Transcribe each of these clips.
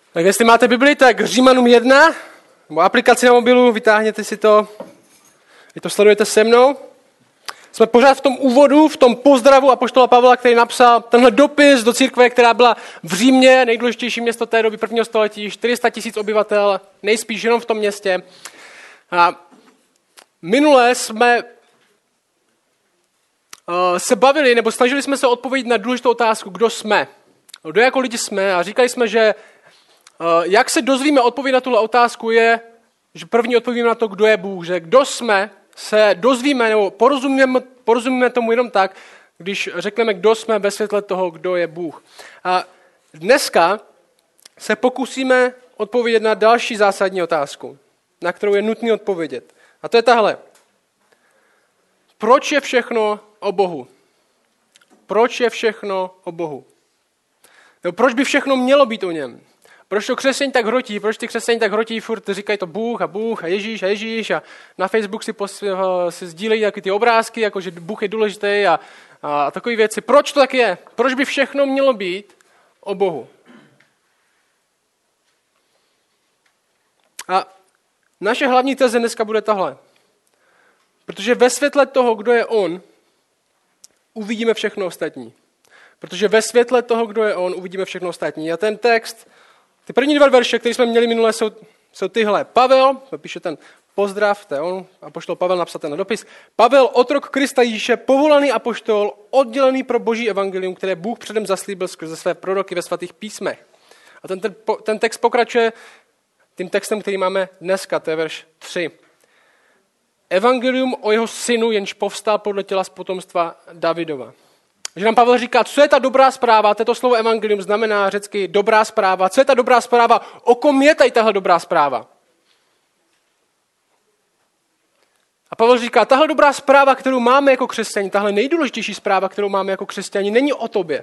Tak jestli máte Bibli, tak Římanům 1, nebo aplikaci na mobilu, vytáhněte si to, vy to sledujete se mnou. Jsme pořád v tom úvodu, v tom pozdravu apoštola Pavla, který napsal tenhle dopis do církve, která byla v Římě, nejdůležitější město té doby 1. století, 400 000 obyvatel, nejspíš jenom v tom městě. A minule jsme se bavili, nebo snažili jsme se odpovědět na důležitou otázku, kdo jsme. Kdo jako lidi jsme a říkali jsme, že jak se dozvíme odpověď na tuhle otázku je, že první odpovíme na to, kdo je Bůh, že kdo jsme, se dozvíme nebo porozumíme tomu jenom tak, když řekneme, kdo jsme ve světle toho, kdo je Bůh. A dneska se pokusíme odpovědět na další zásadní otázku, na kterou je nutné odpovědět. A to je tahle. Proč je všechno o Bohu? Proč je všechno o Bohu? Nebo proč by všechno mělo být o něm? Proč to křesťané tak hrotí? Proč ty křesťané tak hrotí? Furt říkají to Bůh a Ježíš a na Facebook si sdílejí taky ty obrázky, jako že Bůh je důležitý a takové věci. Proč to tak je? Proč by všechno mělo být o Bohu? A naše hlavní teze dneska bude tahle. Protože ve světle toho, kdo je on, uvidíme všechno ostatní. Protože ve světle toho, kdo je on, uvidíme všechno ostatní. A ten text, ty první dva verše, které jsme měli minule, jsou tyhle. Pavel, píše ten pozdrav, to je on, apoštol Pavel napsal ten dopis. Pavel, otrok Krista Ježíše, povolaný apoštol, oddělený pro boží evangelium, které Bůh předem zaslíbil skrze své proroky ve svatých písmech. A ten text pokračuje tím textem, který máme dneska, to je verš 3. Evangelium o jeho synu, jenž povstal podle těla z potomstva Davidova. Že nám Pavel říká, co je ta dobrá zpráva, toto slovo evangelium znamená řecky dobrá zpráva. Co je ta dobrá zpráva, o kom je tady tahle dobrá zpráva? A Pavel říká, tahle dobrá zpráva, kterou máme jako křesťani, tahle nejdůležitější zpráva, kterou máme jako křesťani, není o tobě.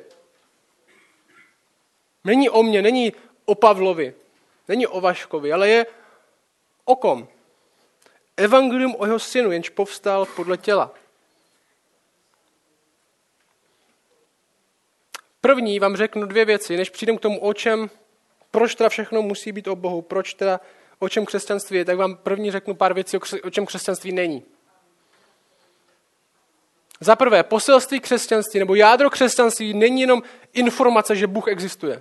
Není o mně, není o Pavlovi, není o Vaškovi, ale je o kom? Evangelium o jeho synu, jenž povstal podle těla. První vám řeknu dvě věci, než přijdem k tomu, proč teda všechno musí být o Bohu, proč teda o čem křesťanství je, tak vám první řeknu pár věcí, o čem křesťanství není. Za prvé, poselství křesťanství nebo jádro křesťanství není jenom informace, že Bůh existuje.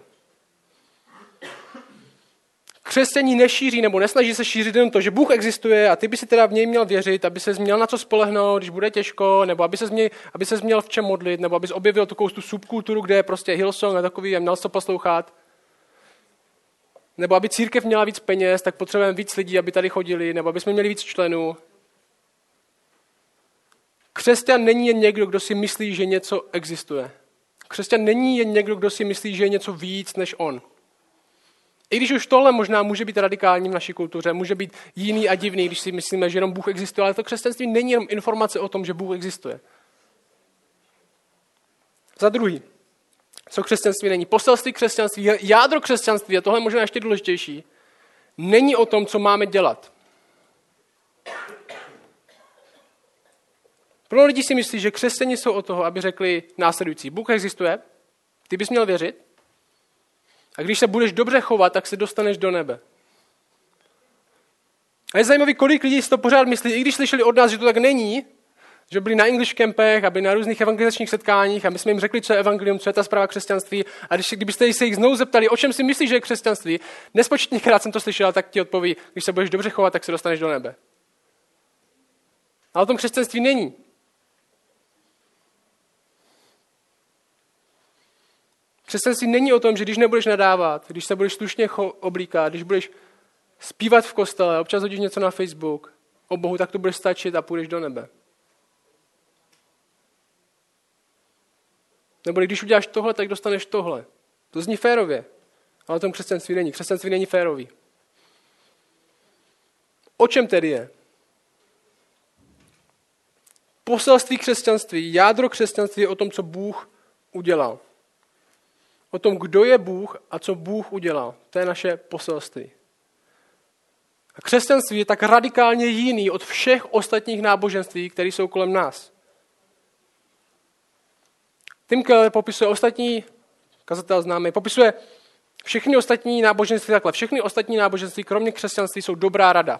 Křesťaní nešíří nebo nesnaží se šířit jenom to, že Bůh existuje a ty by si teda v něj měl věřit, aby ses měl na co spolehnout, když bude těžko, nebo aby ses měl v čem modlit, nebo abys objevil takovou tu subkulturu, kde je prostě Hillsong a takový a měl to poslouchat. Nebo aby církev měla víc peněz, tak potřebujeme víc lidí, aby tady chodili, nebo aby jsme měli víc členů. Křesťan není jen někdo, kdo si myslí, že něco existuje. Křesťan není jen někdo, kdo si myslí, že je něco víc než on. I když už tohle možná může být radikální v naší kultuře, může být jiný a divný, když si myslíme, že jenom Bůh existuje, ale to křesťanství není jenom informace o tom, že Bůh existuje. Za druhý, co křesťanství není? Poselství křesťanství, jádro křesťanství, a tohle je možná ještě důležitější, není o tom, co máme dělat. Pro lidi si myslí, že křesťané jsou o toho, aby řekli následující. Bůh existuje, ty bys měl věřit, a když se budeš dobře chovat, tak se dostaneš do nebe. A je zajímavé, kolik lidí si to pořád myslí, i když slyšeli od nás, že to tak není, že byli na English campech a byli na různých evangelizačních setkáních a my jsme jim řekli, co je evangelium, co je ta zpráva křesťanství. A kdybyste se jich znovu zeptali, o čem si myslíš, že je křesťanství, nespočetněkrát jsem to slyšel, tak ti odpoví, když se budeš dobře chovat, tak se dostaneš do nebe. Ale o tom křesťanství není. Křesťanství není o tom, že když nebudeš nadávat, když se budeš slušně oblíkat, když budeš zpívat v kostele, občas hodíš něco na Facebook o Bohu, tak to budeš stačit a půjdeš do nebe. Nebo když uděláš tohle, tak dostaneš tohle. To zní férově, ale o tom křesťanství není. Křesťanství není férový. O čem tedy je? Poselství křesťanství, jádro křesťanství je o tom, co Bůh udělal. O tom, kdo je Bůh a co Bůh udělal. To je naše poselství. A křesťanství je tak radikálně jiný od všech ostatních náboženství, které jsou kolem nás. Tim Keller popisuje ostatní, kazatel známý, popisuje Všechny ostatní náboženství takhle. Všechny ostatní náboženství, kromě křesťanství, jsou dobrá rada.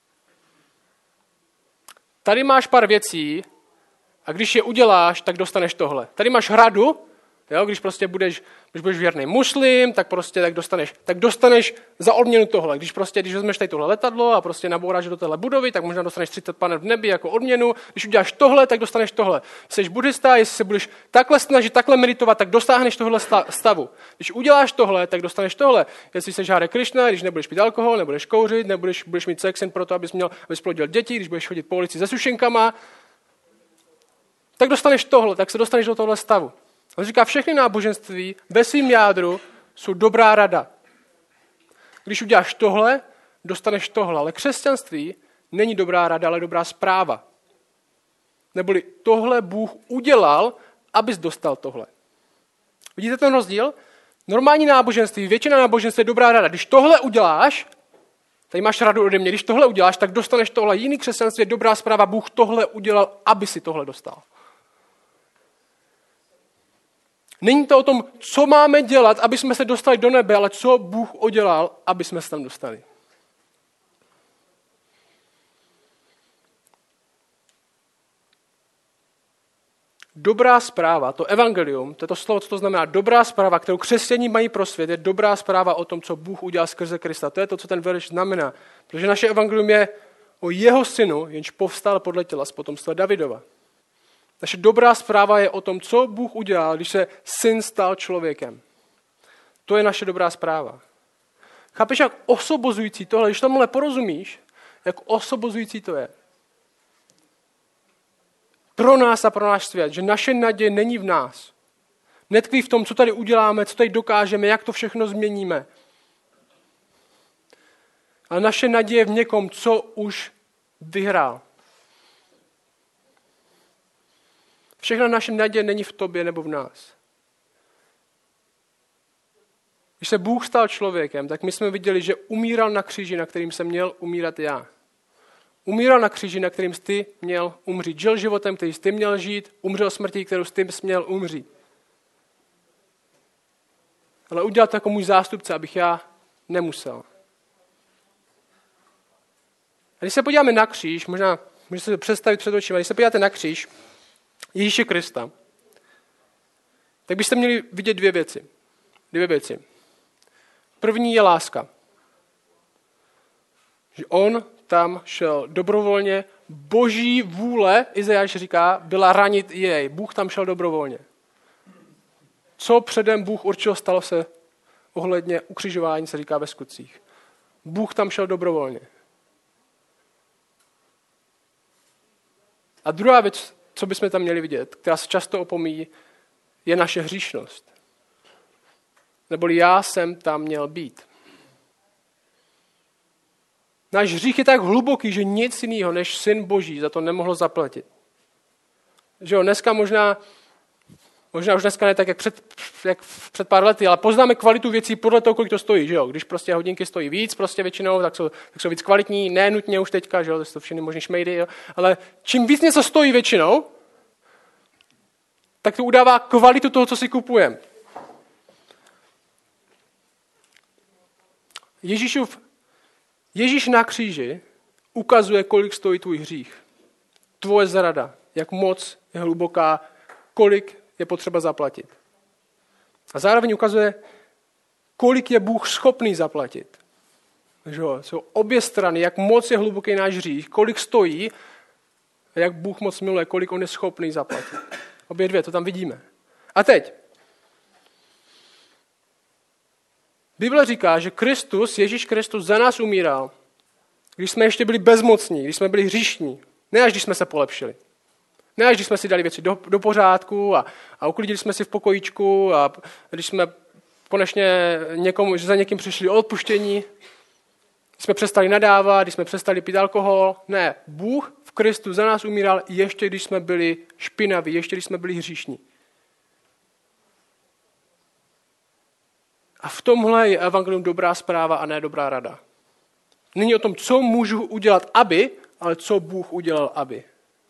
Tady máš pár věcí a když je uděláš, tak dostaneš tohle. Tady máš radu, jo, když budeš věrný muslim, tak dostaneš za odměnu tohle. Když vezmeš tady tohle letadlo a nabouráš do téhle budovy, tak možná dostaneš 30 panet v nebi jako odměnu. Když uděláš tohle, tak dostaneš tohle. Jsi buddhista, jestli se budeš takhle snažit, takhle meditovat, tak dosáhneš tohle stavu. Když uděláš tohle, tak dostaneš tohle. Jestli jsi Hare Krishna, když nebudeš pít alkohol, nebudeš kouřit, budeš mít sex jen proto, abys plodil děti, když budeš chodit po ulici se sušenkama, tak dostaneš tohle, tak se dostaneš do tohle stavu. On říká, všechny náboženství ve svým jádru jsou dobrá rada. Když uděláš tohle, dostaneš tohle. Ale křesťanství není dobrá rada, ale dobrá zpráva. Neboli tohle Bůh udělal, abys dostal tohle. Vidíte ten rozdíl? Normální náboženství, většina náboženství je dobrá rada. Když tohle uděláš, tady máš radu ode mě, když tohle uděláš, tak dostaneš tohle. Jiný křesťanství je dobrá zpráva, Bůh tohle udělal, aby si tohle dostal. Není to o tom, co máme dělat, aby jsme se dostali do nebe, ale co Bůh udělal, aby jsme se tam dostali. Dobrá zpráva, to evangelium, to je to slovo, co to znamená, dobrá zpráva, kterou křesťané mají pro svět, je dobrá zpráva o tom, co Bůh udělal skrze Krista. To je to, co ten verš znamená. Protože naše evangelium je o jeho synu, jenž povstal podle těla z potomstva Davidova. Naše dobrá zpráva je o tom, co Bůh udělal, když se syn stal člověkem. To je naše dobrá zpráva. Chápeš, jak osobozující tohle, když tomuhle porozumíš, jak osobozující to je. Pro nás a pro náš svět, že naše naděje není v nás. Netkví v tom, co tady uděláme, co tady dokážeme, jak to všechno změníme. Ale naše naděje v někom, co už vyhrál. Všechna naše naděje není v tobě nebo v nás. Když se Bůh stal člověkem, tak my jsme viděli, že umíral na kříži, na kterým jsem měl umírat já. Umíral na kříži, na kterým ty měl umřít. Žil životem, který ty měl žít, umřel smrtí, kterou ty měl umřít. Ale udělal to jako můj zástupce, abych já nemusel. A když se podíváme na kříž, možná můžete si představit před očima, když se podíváte na kříž Ježíše Krista, tak byste měli vidět dvě věci. První je láska. Že on tam šel dobrovolně, boží vůle, Izajáš říká, byla ranit jej. Bůh tam šel dobrovolně. Co předem Bůh určil, stalo se ohledně ukřižování, se říká ve Skutcích. Bůh tam šel dobrovolně. A druhá věc, co bychom tam měli vidět, která se často opomíjí, je naše hříšnost. Neboli já jsem tam měl být. Náš hřích je tak hluboký, že nic jiného než syn Boží za to nemohlo zaplatit. Že jo, dneska možná už dneska ne tak, jak před pár lety, ale poznáme kvalitu věcí podle toho, kolik to stojí. Že jo? Když prostě hodinky stojí víc, prostě většinou, tak jsou víc kvalitní, ne nutně už teďka, že jo? To jsou všechny možný šmejdy, jo? Ale čím víc něco stojí většinou, tak to udává kvalitu toho, co si kupujeme. Ježíš na kříži ukazuje, kolik stojí tvůj hřích. Tvoje zrada, jak moc je hluboká, kolik je potřeba zaplatit. A zároveň ukazuje, kolik je Bůh schopný zaplatit. Takže jsou obě strany, jak moc je hluboký náš hřích, kolik stojí a jak Bůh moc miluje, kolik on je schopný zaplatit. Obě dvě, to tam vidíme. A teď. Bible říká, že Ježíš Kristus za nás umíral, když jsme ještě byli bezmocní, když jsme byli hříšní, ne až když jsme se polepšili. Ne až když jsme si dali věci do pořádku a uklidili jsme si v pokojíčku a když jsme konečně za někým přišli o odpuštění, když jsme přestali nadávat, když jsme přestali pít alkohol. Ne, Bůh v Kristu za nás umíral ještě když jsme byli špinaví, ještě když jsme byli hříšní. A v tomhle je evangelium dobrá zpráva a ne dobrá rada. Není o tom, co můžu udělat, ale co Bůh udělal, aby.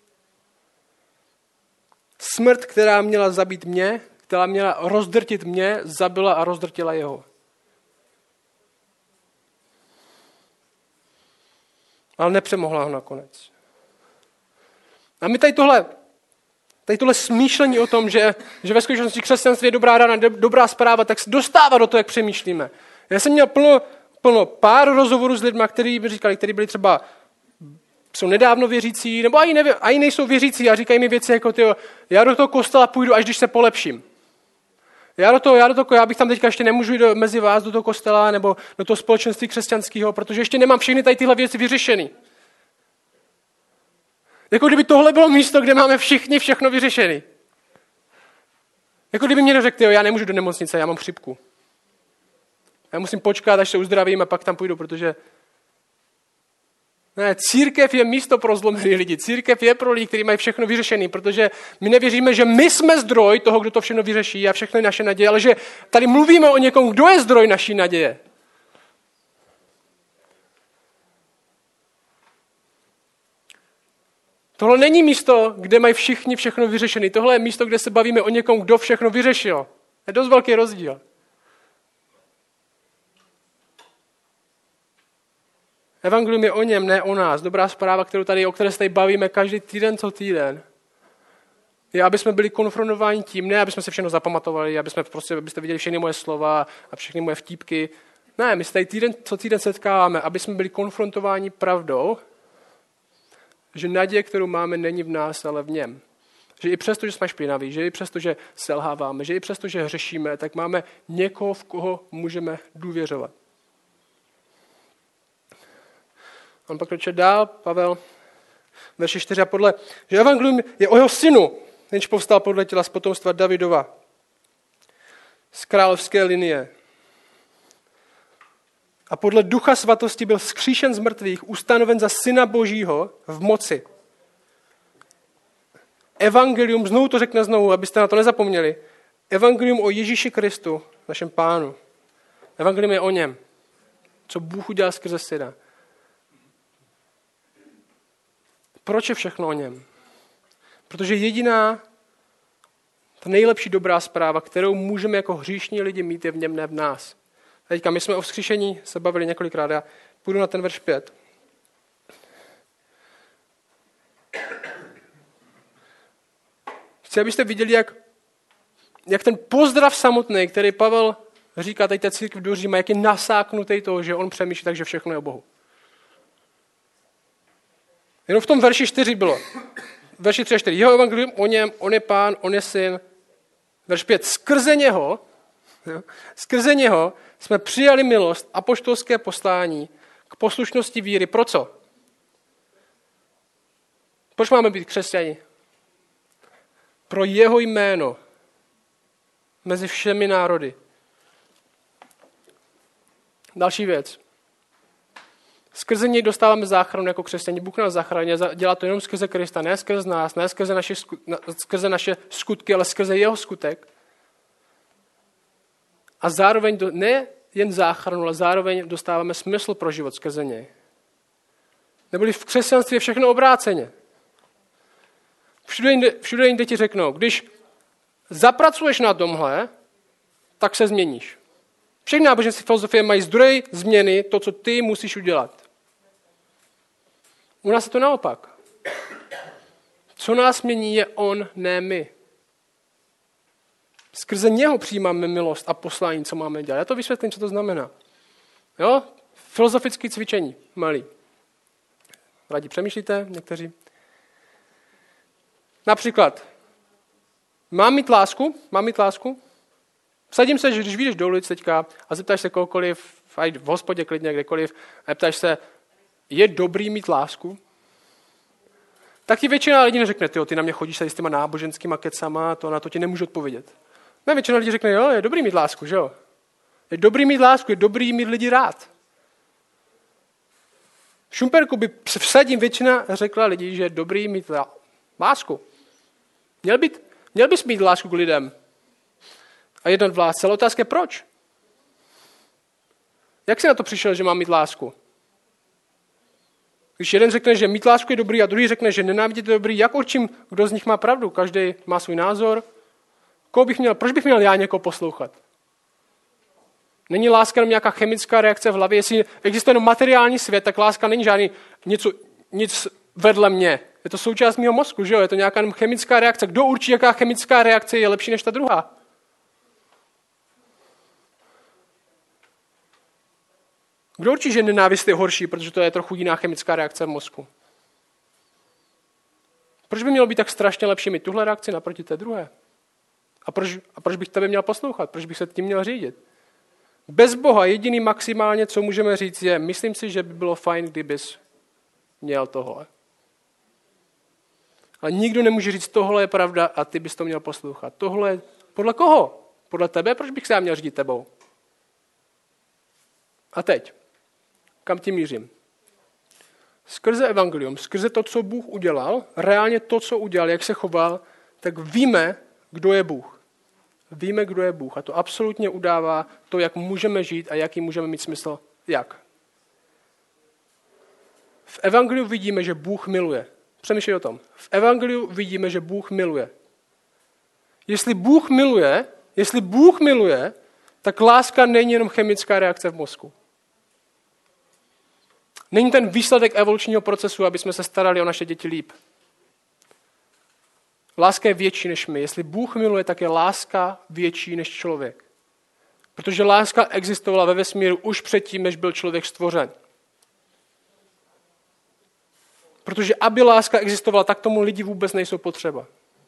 Smrt, která měla zabít mě, která měla rozdrtit mě, zabila a rozdrtila jeho. ale nepřemohla ho nakonec. A my tady tohle smýšlení o tom, že ve skutečnosti křesťanství je dobrá rána, dobrá zpráva, tak se dostává do toho, jak přemýšlíme. Já jsem měl plno pár rozhovorů s lidmi, kteří mi říkali, kteří byli třeba jsou nedávno věřící, nebo ani nejsou věřící a říkají mi věci jako já do toho kostela půjdu, až když se polepším. Já bych tam teďka ještě nemůžu jít mezi vás do toho kostela nebo do toho společenství křesťanského, protože ještě nemám všechny tady tyhle věci vyřešený. Jako kdyby tohle bylo místo, kde máme všichni všechno vyřešený. Jako kdyby mě řekl, já nemůžu do nemocnice, já mám chřipku. Já musím počkat, až se uzdravím a pak tam půjdu, protože ne, církev je místo pro zlomený lidi. Církev je pro lidi, kteří mají všechno vyřešený, protože my nevěříme, že my jsme zdroj toho, kdo to všechno vyřeší a všechno je naše naděje, ale že tady mluvíme o někom, kdo je zdroj naší naděje. Tohle není místo, kde mají všichni všechno vyřešený. Tohle je místo, kde se bavíme o někom, kdo všechno vyřešil. Je dost velký rozdíl. Evangelium je o něm, ne o nás. Dobrá zpráva, o které se tady bavíme každý týden co týden, je, aby jsme byli konfrontováni tím, ne aby jsme se všechno zapamatovali, abyste viděli všechny moje slova a všechny moje vtípky. Ne, my se tady týden co týden setkáváme, aby jsme byli konfrontováni pravdou, že naděje, kterou máme, není v nás, ale v něm. Že i přesto, že jsme špinaví, že i přesto, že selháváme, že i přesto, že hřešíme, tak máme někoho, v koho můžeme důvěřovat. On pak pokračuje dál, Pavel, verši 4 a že evangelium je o jeho synu, jenž povstal podle těla z potomstva Davidova, z královské linie. A podle ducha svatosti byl vzkříšen z mrtvých, ustanoven za syna Božího v moci. Evangelium, znovu to řekne znovu, abyste na to nezapomněli. Evangelium o Ježíši Kristu, našem pánu. Evangelium je o něm, co Bůh udělal skrze syna. Proč je všechno o něm? Protože jediná, ta nejlepší dobrá zpráva, kterou můžeme jako hříšní lidi mít, je v něm, ne v nás. Teďka my jsme o vzkříšení se bavili několikrát, já půjdu na ten verš 5. Chci, abyste viděli, jak ten pozdrav samotný, který Pavel říká tady té církvi do Říma, jak je nasáknutý toho, že on přemýšlí tak, že všechno je o Bohu. Jenom v tom verši 4 bylo. Verši 3 a 4. Jeho evangelium o něm, on je pán, on je syn. Verš 5. Skrze něho jsme přijali milost, apoštolské poslání k poslušnosti víry. Pro co? Proč máme být křesťani? Pro jeho jméno mezi všemi národy. Další věc. Skrze něj dostáváme záchranu jako křesťané. Bůh nás zachrání, dělá to jenom skrze Krista, ne skrze nás, ne skrze naše skutky, ale skrze jeho skutek. A zároveň ne jen záchranu, ale zároveň dostáváme smysl pro život skrze něj. Neboli v křesťanství je všechno obráceně. Všude jinde ti řeknou, když zapracuješ na tomhle, tak se změníš. Všechny náboženské filozofie mají zdroj změny, to, co ty musíš udělat. U nás je to naopak. Co nás mění, je on, ne my. Skrze něho přijímáme milost a poslání, co máme dělat. Já to vysvětlím, co to znamená. Jo? Filozofické cvičení, malý. Rádi přemýšlíte, někteří? Například, mám mít lásku? Vsadím se, že když vyjdeš do ulic teďka a zeptáš se kohokoliv, a v hospodě klidně kdekoliv, a zeptáš se, je dobrý mít lásku? Tak ti většina lidí neřekne, ty na mě chodíš tady s těma náboženskýma kecama, to na to ti nemůžu odpovědět. Ne, většina lidí řekne, jo, je dobrý mít lásku, že jo? Je dobrý mít lásku, je dobrý mít lidi rád. V Šumperku by vsadím většina řekla lidí, že je dobrý mít lásku. Měl bys mít lásku k lidem a jednat v lásce, ale otázka je proč? Jak jsi na to přišel, že mám mít lásku? Když jeden řekne, že mít lásku je dobrý a druhý řekne, že nenávidět je dobrý, jak určím, kdo z nich má pravdu? Každý má svůj názor. Proč bych měl já někoho poslouchat? Není láska jenom nějaká chemická reakce v hlavě. Jestli existuje jenom materiální svět, tak láska není žádný nic vedle mě. Je to součást mého mozku, že jo? Je to nějaká chemická reakce. Kdo určí, jaká chemická reakce je lepší než ta druhá? Kdo určí, že nenávist je horší, protože to je trochu jiná chemická reakce v mozku? Proč by mělo být tak strašně lepší mít tuhle reakci naproti té druhé? A proč bych tebe měl poslouchat? Proč bych se tím měl řídit? Bez Boha jediný maximálně, co můžeme říct, je, myslím si, že by bylo fajn, kdybys měl tohle. Ale nikdo nemůže říct, tohle je pravda a ty bys to měl poslouchat. Tohle podle koho? Podle tebe? Proč bych se já měl řídit tebou? A teď, kam tím mířím? Skrze evangelium, skrze to, co Bůh udělal, reálně to, co udělal, jak se choval, tak víme, kdo je Bůh. Víme, kdo je Bůh. A to absolutně udává to, jak můžeme žít a jaký můžeme mít smysl. Jak? V evangeliu vidíme, že Bůh miluje. Přemýšlej o tom. V evangeliu vidíme, že Bůh miluje. Jestli Bůh miluje, tak láska není jenom chemická reakce v mozku. Není ten výsledek evolučního procesu, aby jsme se starali o naše děti líp. Láska je větší než my. Jestli Bůh miluje, tak je láska větší než člověk. Protože láska existovala ve vesmíru už předtím, než byl člověk stvořen. Protože aby láska existovala, tak tomu lidi vůbec nejsou potřeba.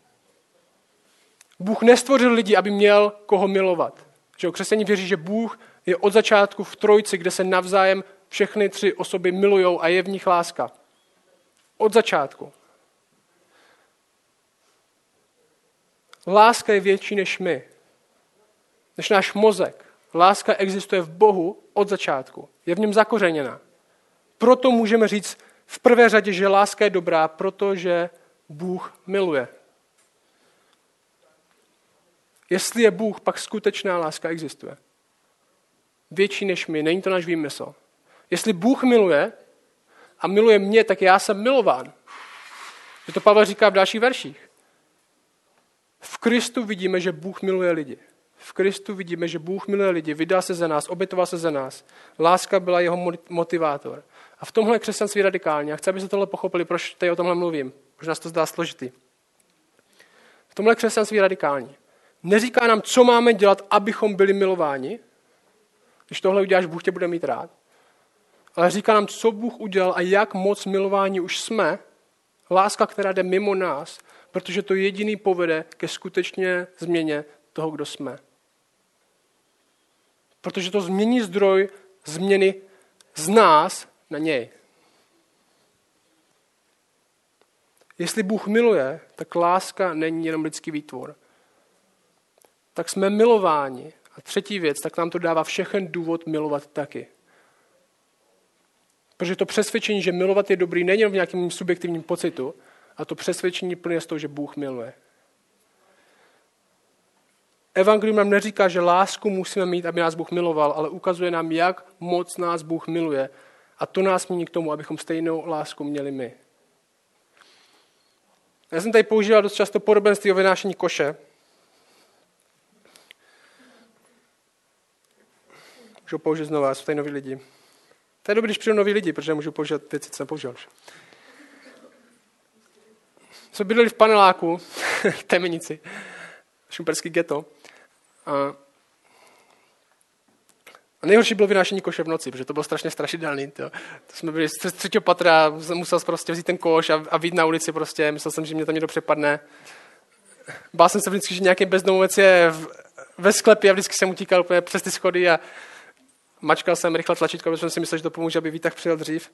Bůh nestvořil lidi, aby měl koho milovat. Že křesťané věří, že Bůh je od začátku v trojici, kde se navzájem všechny tři osoby milujou a je v nich láska. Od začátku. Láska je větší než my. Než náš mozek. Láska existuje v Bohu od začátku. Je v něm zakořeněná. Proto můžeme říct v prvé řadě, že láska je dobrá, protože Bůh miluje. Jestli je Bůh, pak skutečná láska existuje. Větší než my, není to náš výmysl. Jestli Bůh miluje a miluje mě, tak já jsem milován. Je to Pavel říká v dalších verších. V Kristu vidíme, že Bůh miluje lidi. V Kristu vidíme, že Bůh miluje lidi, vydal se za nás, obětoval se za nás. Láska byla jeho motivátor. A v tomhle je křesťanství radikální. A chci, aby se tohle pochopili, proč tady o tomhle mluvím. Možná se to zdá složitý. V tomhle je křesťanství radikální. Neříká nám, co máme dělat, abychom byli milováni. Když tohle uděláš, Bůh tě bude mít rád. Ale říká nám, co Bůh udělal a jak moc milováni už jsme. Láska, která jde mimo nás, protože to jediný povede ke skutečně změně toho, kdo jsme. Protože to změní zdroj změny z nás na něj. Jestli Bůh miluje, tak láska není jenom lidský výtvor. Tak jsme milováni. A třetí věc, tak nám to dává všechen důvod milovat taky. Protože to přesvědčení, že milovat je dobrý, není jenom v nějakém subjektivním pocitu, a to přesvědčení plně z toho, že Bůh miluje. Evangelium nám neříká, že lásku musíme mít, aby nás Bůh miloval, ale ukazuje nám, jak moc nás Bůh miluje. A to nás mění k tomu, abychom stejnou lásku měli my. Já jsem tady používal dost často podobenství o vynášení koše. Můžu použít znovu, jsou tady noví lidi. To je dobrý, když přijdou noví lidi, protože můžu používat věci, co jsem použil už. Jsme bydleli v paneláku, v Temenici, šumperský ghetto. A nejhorší bylo vynášení koše v noci, protože to bylo strašně strašidelný. To jsme byli z třetího patra, musel prostě vzít ten koš a vyjít na ulici prostě. Myslel jsem, že mě tam někdo přepadne. Bál jsem se vždycky, že nějaký bezdomovec je ve sklepě a vždycky jsem utíkal úplně přes ty schody a mačkal jsem rychle tlačítko, protože jsem si myslel, že to pomůže, aby výtah přijel dřív.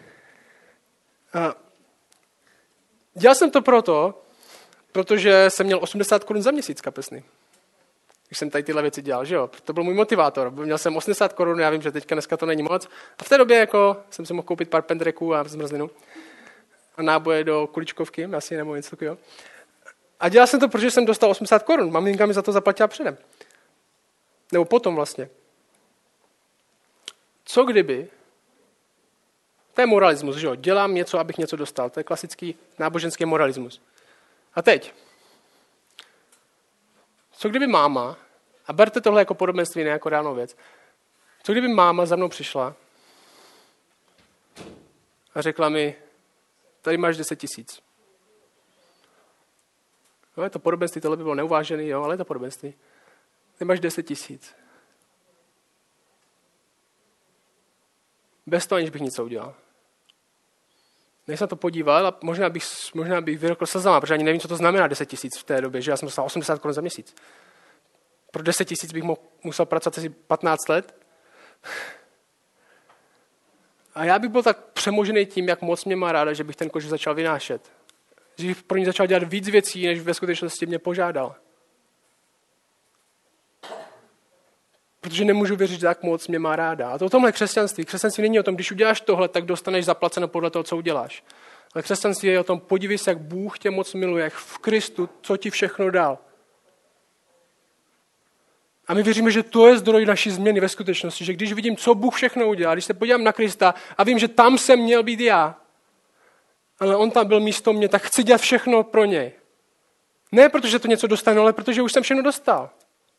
Dělal jsem to protože jsem měl 80 korun za měsíc kapesný. Když jsem tady tyhle věci dělal, že jo? To byl můj motivátor. Měl jsem 80 korun, já vím, že dneska to není moc. A v té době jako jsem si mohl koupit pár pendreků a zmrzlinu. A náboje do kuličkovky, asi nebo něco takového. A dělal jsem to, protože jsem dostal 80 korun. Maminka mi za to zaplatila předem. Nebo potom vlastně. Co kdyby? To je moralismus, že jo? Dělám něco, abych něco dostal. To je klasický náboženský moralismus. A teď. Co kdyby máma, a berte tohle jako podobenství, ne jako reálnou věc, Co kdyby máma za mnou přišla a řekla mi, tady máš 10 000. No, je to podobenství, tohle by bylo neuvážený, jo, ale je to podobenství. Tady máš 10 000. Bez toho, aniž bych nic udělal. Než se na to podíval a možná bych vyrekl slzama, protože ani nevím, co to znamená 10 000 v té době, že já jsem dostal 80 Kč za měsíc. Pro 10 000 bych musel pracovat asi 15 let. A já bych byl tak přemožený tím, jak moc mě má ráda, že bych ten koš začal vynášet. Že bych pro ní začal dělat víc věcí, než ve skutečnosti mě požádal. Protože nemůžu věřit, že tak moc mě má ráda. A to o tomhle křesťanství. Křesťanství není o tom, když uděláš tohle, tak dostaneš zaplaceno podle toho, co uděláš. Ale křesťanství je o tom, podívej se, jak Bůh tě moc miluje, jak v Kristu, co ti všechno dal. A my věříme, že to je zdroj naší změny ve skutečnosti, že když vidím, co Bůh všechno udělal, když se podívám na Krista a vím, že tam jsem měl být já, ale on tam byl místo mě, tak chci dělat všechno pro něj. Ne protože to něco dostanu, ale protože už jsem všechno dostal.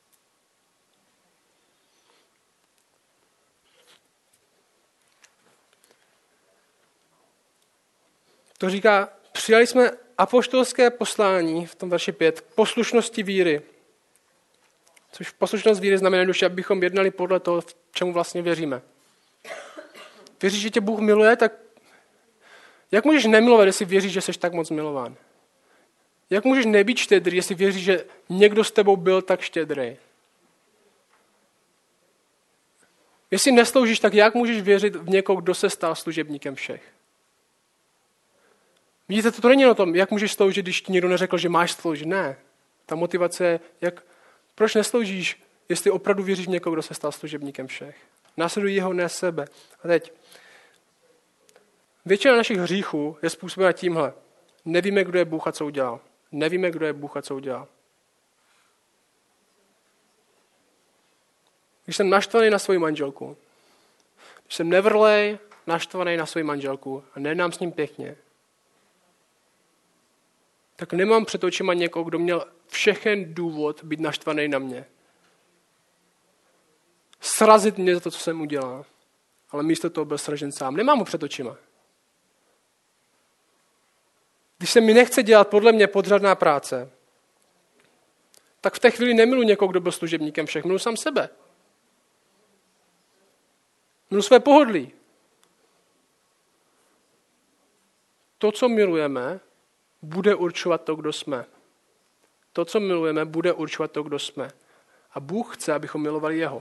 To říká, přijali jsme apoštolské poslání v tom verši 5 k poslušnosti víry. Což poslušnost víry znamená duše, abychom jednali podle toho, čemu vlastně věříme. Věříš, že tě Bůh miluje, tak jak můžeš nemilovat, jestli věříš, že jsi tak moc milován? Jak můžeš nebýt štědrý, jestli věříš, že někdo s tebou byl tak štědrý? Jestli nesloužíš, tak jak můžeš věřit v někoho, kdo se stal služebníkem všech? Vidíte, to není o tom, jak můžeš sloužit, když ti někdo neřekl, že máš sloužit. Ne. Ta motivace je, proč nesloužíš, jestli opravdu věříš v někoho, kdo se stal služebníkem všech. Následuj jeho, ne sebe. A teď. Většina našich hříchů je způsobena tímhle. Nevíme, kdo je Bůh a co udělal. Nevíme, kdo je Bůh a co udělal. Když jsem naštvaný na svoji manželku, když jsem nevrlej, naštvaný na svoji manželku a nenám s ním pěkně, tak nemám před očima někoho, kdo měl všechen důvod být naštvaný na mě. Srazit mě za to, co jsem udělal. Ale místo toho byl sražen sám. Nemám ho před očima. Když se mi nechce dělat podle mě podřadná práce, tak v té chvíli nemiluji někoho, kdo byl služebníkem všech. Miluji sám sebe. Miluji své pohodlí. To, co milujeme, bude určovat to, kdo jsme. To, co milujeme, bude určovat to, kdo jsme. A Bůh chce, abychom milovali jeho.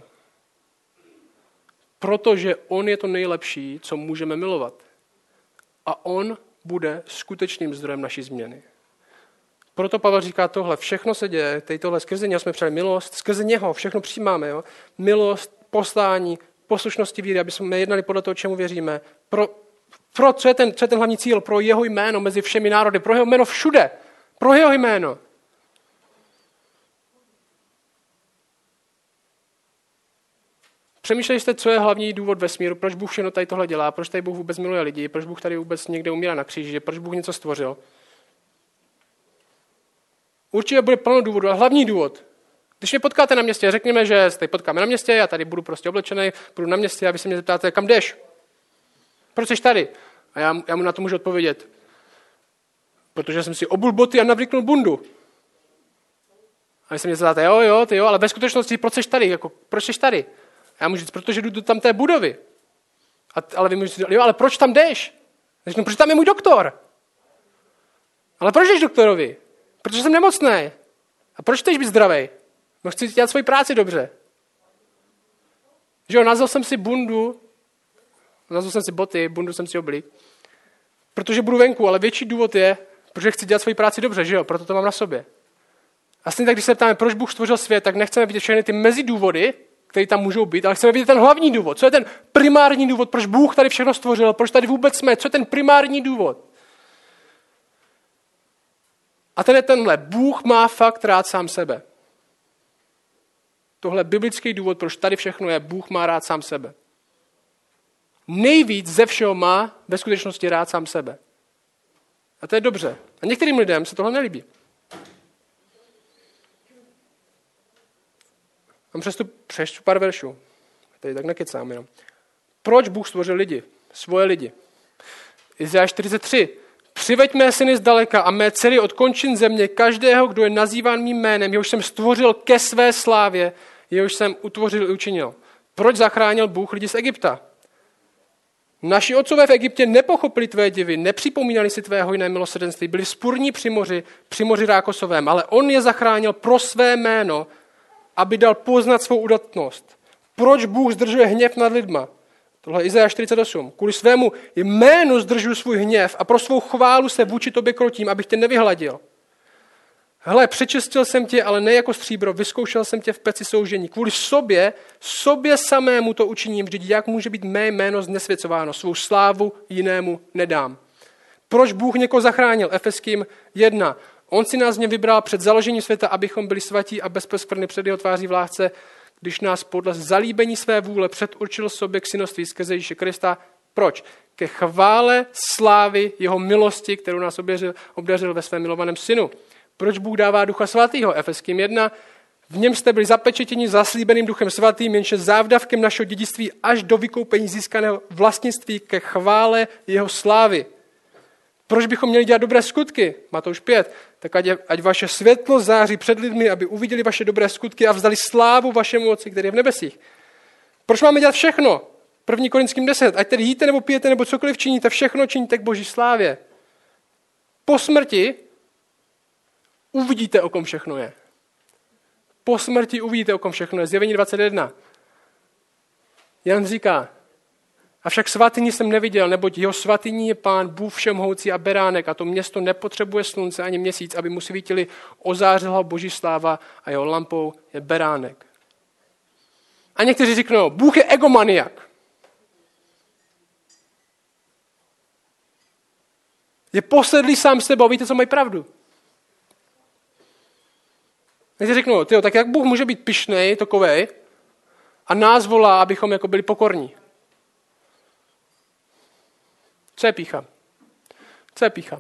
Protože on je to nejlepší, co můžeme milovat. A on bude skutečným zdrojem naší změny. Proto Pavel říká tohle. Všechno se děje, tohle skrze něho jsme přijali milost, skrze něho všechno přijímáme. Jo? Milost, poslání, poslušnosti víry, aby jsme jednali podle toho, čemu věříme. Co je ten hlavní cíl? Pro jeho jméno mezi všemi národy, pro jeho jméno všude, pro jeho jméno. Přemýšleli jste, co je hlavní důvod vesmíru, proč Bůh všechno tady tohle dělá, proč tady Bůh vůbec miluje lidi, proč Bůh tady vůbec někde umírá na kříži, proč Bůh něco stvořil. Určitě bude plno důvodů, ale hlavní důvod. Když mě potkáte na městě, řekněme, že se tady potkáme na městě, já tady budu prostě oblečený, budu na městě a vy se mě zeptáte, kam jdeš? Proč jsi tady? A já mu na to můžu odpovědět. Protože jsem si obul boty a navlíknul bundu. A vy se mě zeptáte, jo, ale ve skutečnosti proč jsi tady? Proč jsi tady? A já můžu říct, protože jdu do tam té budovy. Ale vy můžete říct, ale proč tam jdeš? Řeknu, protože tam je můj doktor. Ale proč jdeš doktorovi? Protože jsem nemocný. A proč chceš být zdravej? No chci dělat svoji práci dobře. Že jo, nazval jsem si bundu, nazval jsem si boty, bundu jsem si oblík, protože budu venku, ale větší důvod je, protože chci dělat svoji práci dobře, že jo, proto to mám na sobě. A stejně tak, když se ptáme, proč Bůh stvořil svět, tak nechceme vidět všechny ty mezidůvody, které tam můžou být, ale chceme vidět ten hlavní důvod. Co je ten primární důvod, proč Bůh tady všechno stvořil, proč tady vůbec jsme, co je ten primární důvod? A ten je tenhle. Bůh má fakt rád sám sebe. Tohle biblický důvod, proč tady všechno je, Bůh má rád sám sebe. Nejvíc ze všeho má ve skutečnosti rád sám sebe. A to je dobře. A některým lidem se tohle nelíbí. Mám přečtu pár veršů. Tady tak nekecám jenom. Proč Bůh stvořil lidi? Svoje lidi. Izajáš 43. Přiveď mé syny zdaleka a mé dcery od končin země, každého, kdo je nazýván mým jménem, jehož jsem stvořil ke své slávě, jehož jsem utvořil i učinil. Proč zachránil Bůh lidi z Egypta? Naši otcové v Egyptě nepochopili tvé divy, nepřipomínali si tvé hojné milosrdenství, byli vzpurní při moři Rákosovém, ale on je zachránil pro své jméno, aby dal poznat svou udatnost. Proč Bůh zdržuje hněv nad lidma? Tohle je Izajáš 48. Kvůli svému jménu zdržuji svůj hněv a pro svou chválu se vůči tobě krotím, abych tě nevyhladil. Hele, přečistil jsem tě, ale ne jako stříbro, vyzkoušel jsem tě v peci soužení. Kvůli sobě samému to učiním, vždyť jak může být mé jméno znesvěcováno, svou slávu jinému nedám. Proč Bůh někoho zachránil? Efeským 1. On si nás mě vybral před založením světa, abychom byli svatí a bez poskvrny před jeho tváří v lásce, když nás podle zalíbení své vůle předurčil sobě k synoství skrze Ježíše Krista. Proč? Ke chvále slávy jeho milosti, kterou nás obdařil ve svém milovaném synu. Proč Bůh dává Ducha svatého? Efeským 1. V něm jste byli zapečetěni zaslíbeným Duchem svatým, jenž je závdavkem našeho dědictví až do vykoupení získaného vlastnictví ke chvále jeho slávy. Proč bychom měli dělat dobré skutky? Matouš 5. Tak ať vaše světlo září před lidmi, aby uviděli vaše dobré skutky a vzdali slávu vašemu Otci, který je v nebesích. Proč máme dělat všechno? 1. Korinským 10. Ať tedy jíte nebo pijete nebo cokoliv činíte, všechno činíte k Boží slávě. Po smrti uvidíte, o kom všechno je. Po smrti uvidíte, o kom všechno je. Zjevení 21. Jan říká, avšak svatyni jsem neviděl, neboť jeho svatyní je Pán, Bůh všemohoucí a beránek a to město nepotřebuje slunce ani měsíc, aby mu svítili, ozářila Boží sláva a jeho lampou je beránek. A někteří řeknou, Bůh je egomaniak. Je posedlý sám sebou, víte, co mají pravdu? Někteří řeknou, tak jak Bůh může být pyšnej, takovej, a nás volá, abychom jako byli pokorní? Co je pýcha? Co je pýcha?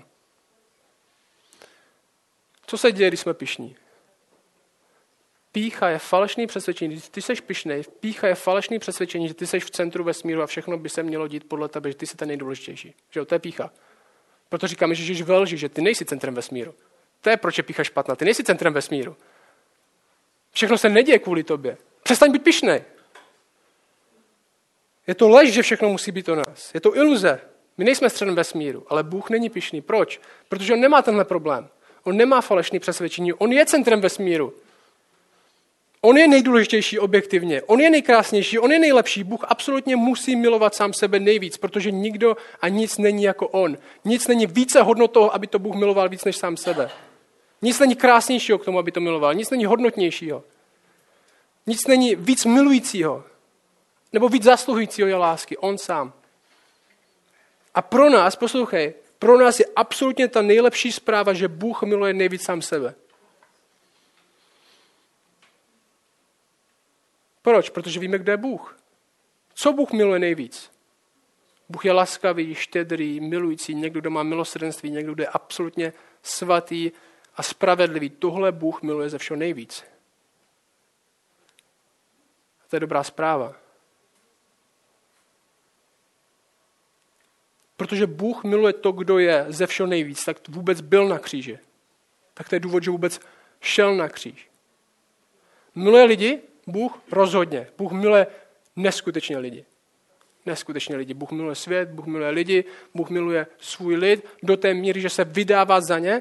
Co se děje, když jsme pyšní? Pýcha je falešný přesvědčení, když ty jsi pyšnej, pýcha je falešný přesvědčení, že ty jsi v centru vesmíru a všechno by se mělo dít podle tebe, že ty jsi ten nejdůležitější. Že jo, to je pýcha. Proto říkáme, že žiješ ve lži, že ty nejsi centrem vesmíru. To je proč je pýcha špatná, ty nejsi centrem vesmíru. Všechno se neděje kvůli tobě. Přestaň být pyšnej. Je to lež, že všechno musí být o nás. Je to iluze. My nejsme středem vesmíru, ale Bůh není pyšný. Proč? Protože on nemá tenhle problém. On nemá falešný přesvědčení. On je centrem vesmíru. On je nejdůležitější objektivně. On je nejkrásnější, on je nejlepší. Bůh absolutně musí milovat sám sebe nejvíc, protože nikdo a nic není jako on. Nic není více hodno toho, aby to Bůh miloval víc než sám sebe. Nic není krásnějšího k tomu, aby to miloval. Nic není hodnotnějšího. Nic není víc milujícího. Nebo víc zasluhujícího jeho lásky. On sám. A pro nás, poslouchej, pro nás je absolutně ta nejlepší zpráva, že Bůh miluje nejvíc sám sebe. Proč? Protože víme, kdo je Bůh. Co Bůh miluje nejvíc? Bůh je laskavý, štědrý, milující, někdo, kdo má milosrdenství, někdo, kdo je absolutně svatý a spravedlivý. Tohle Bůh miluje ze všeho nejvíc. A to je dobrá zpráva. Protože Bůh miluje to, kdo je ze všeho nejvíc, tak vůbec byl na kříži. Tak to je důvod, že vůbec šel na kříž. Miluje lidi? Bůh rozhodně. Bůh miluje neskutečně lidi. Neskutečně lidi. Bůh miluje svět, Bůh miluje lidi, Bůh miluje svůj lid do té míry, že se vydává za ně.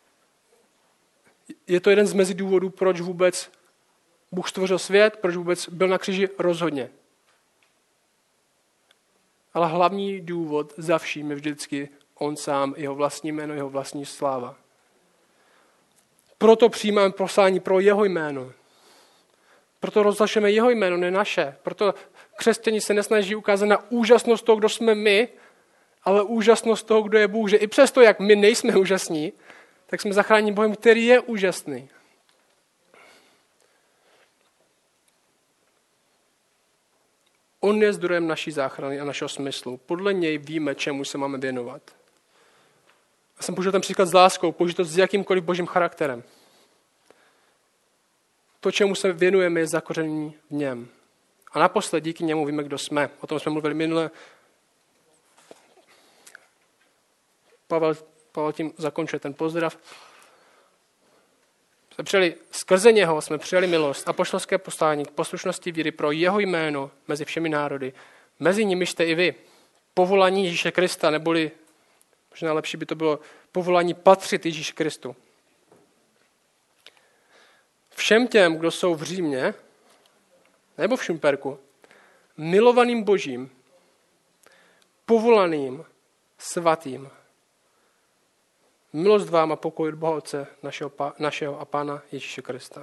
Je to jeden z mezi důvodů, proč vůbec Bůh stvořil svět, proč vůbec byl na kříži rozhodně. Ale hlavní důvod za vším je vždycky on sám, jeho vlastní jméno, jeho vlastní sláva. Proto přijímáme poslání pro jeho jméno. Proto rozhlašujeme jeho jméno, ne naše. Proto křesťani se nesnaží ukázat na úžasnost toho, kdo jsme my, ale úžasnost toho, kdo je Bůh. Že i přesto, jak my nejsme úžasní, tak jsme zachráněni Bohem, který je úžasný. On je zdrojem naší záchrany a našeho smyslu. Podle něj víme, čemu se máme věnovat. Já jsem použil ten příklad s láskou, použil to s jakýmkoliv božím charakterem. To, čemu se věnujeme, je zakořenění v něm. A naposled díky němu víme, kdo jsme. O tom jsme mluvili minule. Pavel tím zakončuje ten pozdrav. Skrze něho jsme přijali milost a apoštolské poslání k poslušnosti víry pro jeho jméno mezi všemi národy. Mezi nimi jste i vy. Povolání Ježíše Krista, neboli možná lepší by to bylo povolání patřit Ježíši Kristu. Všem těm, kdo jsou v Římě nebo v Šumperku, milovaným Božím, povolaným, svatým. Milost vám a pokoj od Boha Otce našeho a Pána Ježíše Krista.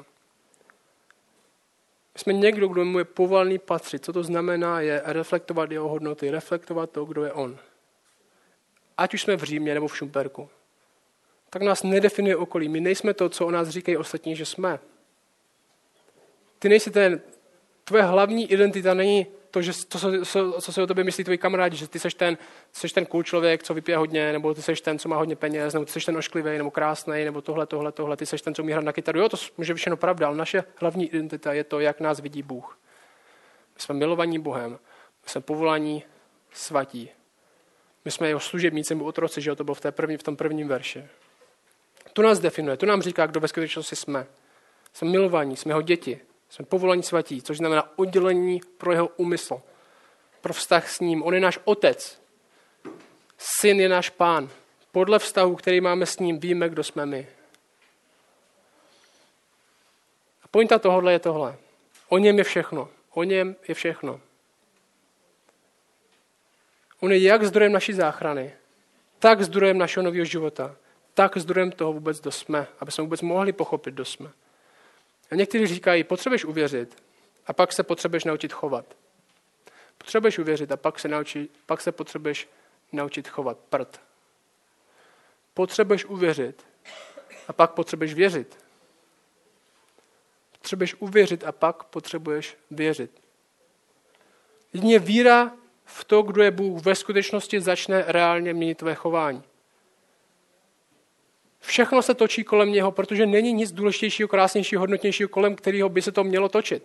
My jsme někdo, kdo mu je povolaný patřit. Co to znamená, je reflektovat jeho hodnoty, reflektovat to, kdo je on. Ať už jsme v Římě nebo v Šumperku. Tak nás nedefinuje okolí. My nejsme to, co o nás říkají ostatní, že jsme. Ty nejsi tvoje hlavní identita není to, že co se o tobě myslí tvoji kamarádi, že ty seš ten cool člověk, co vypije hodně, nebo ty seš ten, co má hodně peněz, nebo ty seš ten ošklivý, nebo krásnej, nebo tohle, ty seš ten, co umí hrát na kytaru. Jo, to může být všechno pravda, ale naše hlavní identita je to, jak nás vidí Bůh. My jsme milovaní Bohem, my jsme povolaní svatí. My jsme jeho služebníci nebo otroci, že jo, to bylo v tom prvním verši. To nás definuje, to nám říká, kdo ve skutečnosti jsme. Jsme milovaní, jsme jeho děti. Jsme povolaní svatí, což znamená oddělení pro jeho úmysl, pro vztah s ním. On je náš otec. Syn je náš pán. Podle vztahu, který máme s ním, víme, kdo jsme my. A pointa tohohle je tohle. O něm je všechno. O něm je všechno. On je jak zdrojem naší záchrany, tak zdrojem našeho nového života, tak zdrojem toho vůbec, kdo jsme, aby jsme vůbec mohli pochopit, kdo jsme. A někteří říkají, potřebuješ uvěřit a pak se potřebuješ naučit chovat. Potřebuješ uvěřit a pak se potřebuješ naučit chovat. Prd. Potřebuješ uvěřit a pak potřebuješ věřit. Potřebuješ uvěřit a pak potřebuješ věřit. Jedině víra v to, kdo je Bůh, ve skutečnosti začne reálně měnit tvé chování. Všechno se točí kolem něho, protože není nic důležitějšího, krásnějšího, hodnotnějšího, kolem kterého by se to mělo točit.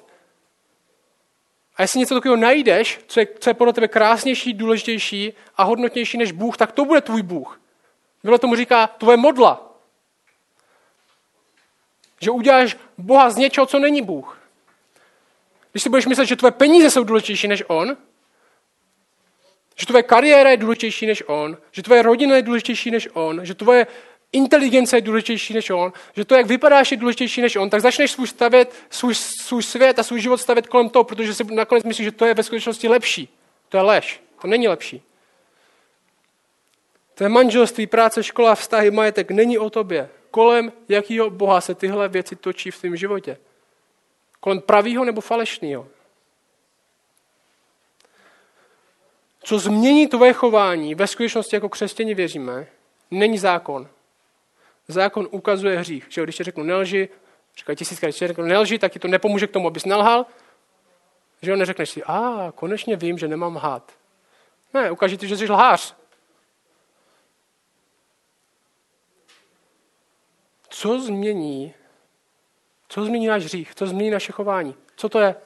A jestli něco takového najdeš, co je podle tebe krásnější, důležitější a hodnotnější než Bůh, tak to bude tvůj Bůh. Bible tomu říká tvoje modla. Že uděláš Boha z něčeho, co není Bůh. Když si budeš myslet, že tvoje peníze jsou důležitější než on, že tvoje kariéra je důležitější než on, že tvoje rodina je důležitější než on, že tvoje inteligence je důležitější než on, že to, jak vypadáš, je důležitější než on, tak začneš svůj svět a svůj život stavět kolem toho, protože si nakonec myslíš, že to je ve skutečnosti lepší. To je lež. To není lepší. To je manželství, práce, škola, vztahy, majetek. Není o tobě. Kolem jakýho Boha se tyhle věci točí v tvém životě? Kolem pravýho nebo falešného? Co změní tvoje chování, ve skutečnosti jako křesťani věříme, není zákon. Zákon ukazuje hřích. Že když ti řeknu nelži, říkají tisíckrát, když ti řeknu nelži, tak ti to nepomůže k tomu, abys nelhal. Že neřekneš si, konečně vím, že nemám lhát. Ne, ukáže ti, že jsi lhář. Co změní náš hřích? Co změní naše chování? Co to je?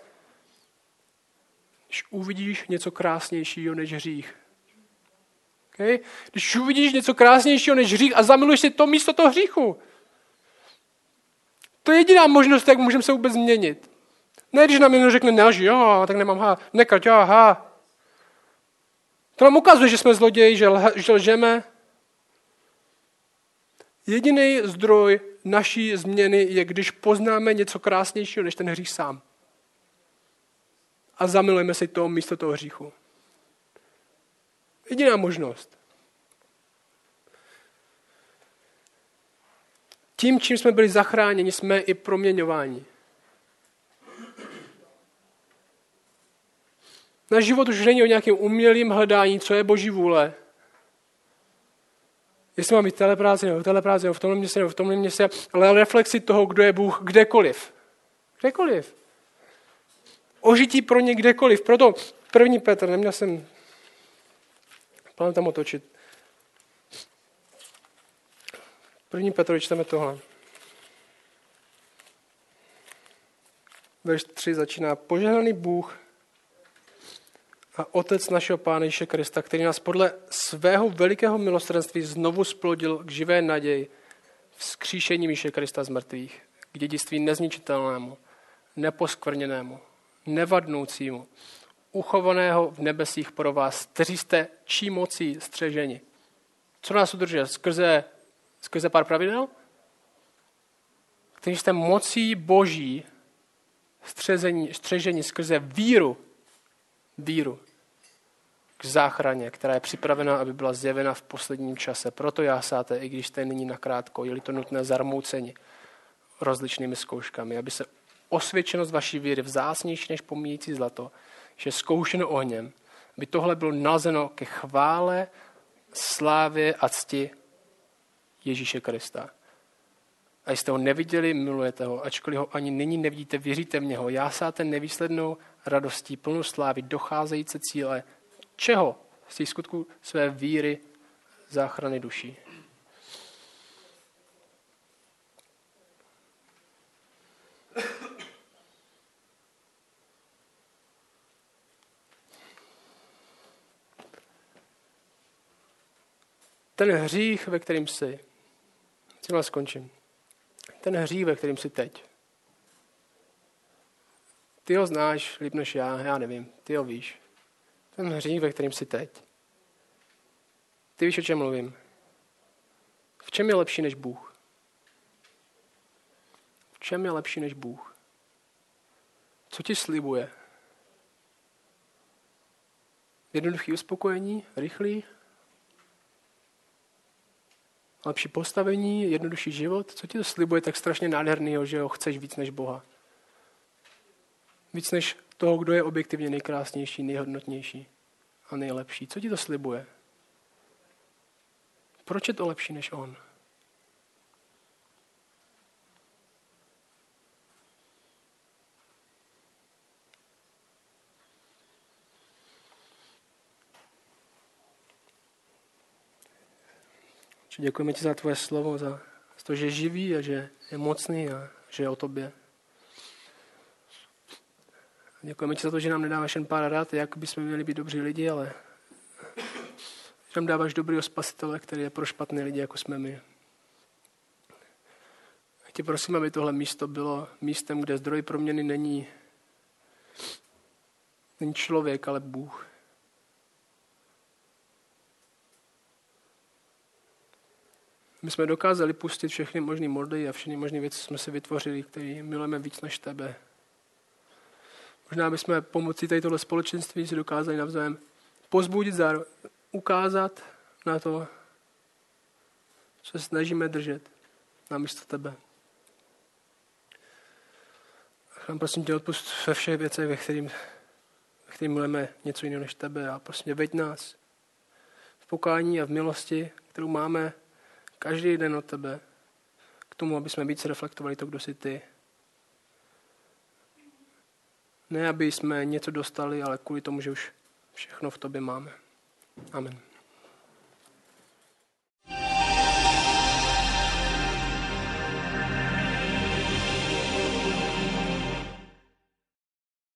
Když uvidíš něco krásnějšího než hřích. Okay? Když uvidíš něco krásnějšího než hřích a zamiluješ si to místo toho hříchu. To je jediná možnost, jak můžeme se vůbec změnit. Ne, když nám někdo řekne nelži, tak nemám nekrať, To nám ukazuje, že jsme zloději, že lžeme. Jediný zdroj naší změny je, když poznáme něco krásnějšího než ten hřích sám. A zamilujeme si to místo toho hříchu. Jediná možnost. Tím, čím jsme byli zachráněni, jsme i proměňováni. Náš život už není o nějakém umělém hledání, co je Boží vůle. Jestli mám mít telepráci nebo v tomhle městě, ale reflexi toho, kdo je Bůh, kdekoliv. Kdekoliv. Ožití pro ně kdekoliv. Proto 1. Petr, neměl jsem plán tam otočit. 1. Petr, čteme tohle. Verš 3 začíná. Požehnaný Bůh a Otec našeho Pána Ježíše Krista, který nás podle svého velikého milosrdenství znovu splodil k živé naději vzkříšení Ježíše Krista z mrtvých, k dědictví nezničitelnému, neposkvrněnému, nevadnoucímu, uchovaného v nebesích pro vás, kteří jste čí mocí střeženi. Co nás udržuje? Skrze pár pravidel? Kteří jste mocí Boží střeženi skrze víru k záchraně, která je připravena, aby byla zjevena v posledním čase. Proto jásáte, i když jste nyní nakrátko, je-li to nutné zarmouceni rozličnými zkouškami, aby se osvědčenost vaší víry vzácnější než pomíjící zlato, že je zkoušeno ohněm, aby tohle bylo nalezeno ke chvále, slávě a cti Ježíše Krista. A jste ho neviděli, milujete ho, ačkoliv ho ani nyní nevidíte, věříte v něho. Jásáte nevýslednou radostí, plnou slávy, docházející cíle. Čeho? Z těch skutků své víry, záchrany duší. Ten hřích, ve kterým jsi, tím vás skončím. Ten hřích, ve kterým jsi teď. Ty ho znáš líp než já nevím, ty ho víš. Ten hřích, ve kterým jsi teď. Ty víš, o čem mluvím. V čem je lepší než Bůh? V čem je lepší než Bůh? Co ti slibuje? Jednoduchý uspokojení, rychlý? Lepší postavení, jednodušší život? Co ti to slibuje tak strašně nádhernýho, že ho chceš víc než Boha? Víc než toho, kdo je objektivně nejkrásnější, nejhodnotnější a nejlepší. Co ti to slibuje? Proč je to lepší než on? Děkujeme ti za tvoje slovo, za to, že je živý a že je mocný a že je o tobě. Děkujeme ti za to, že nám nedáváš jen pár rad, jak bychom měli být dobří lidi, ale že nám dáváš dobrýho spasitele, který je pro špatné lidi, jako jsme my. A tě prosím, aby tohle místo bylo místem, kde zdroj proměny není člověk, ale Bůh. My jsme dokázali pustit všechny možné modly a všechny možné věci, co jsme si vytvořili, které milujeme víc než tebe. Možná bychom pomocí tohle společenství si dokázali navzájem pozbudit, ukázat na to, co se snažíme držet namísto tebe. A prosím tě, odpust ve všech věcech, ve kterým milujeme něco jiného než tebe. A prostě veď nás v pokání a v milosti, kterou máme každý den od tebe, k tomu, aby jsme víc reflektovali to, kdo jsi ty. Ne, aby jsme něco dostali, ale kvůli tomu, že už všechno v tobě máme. Amen.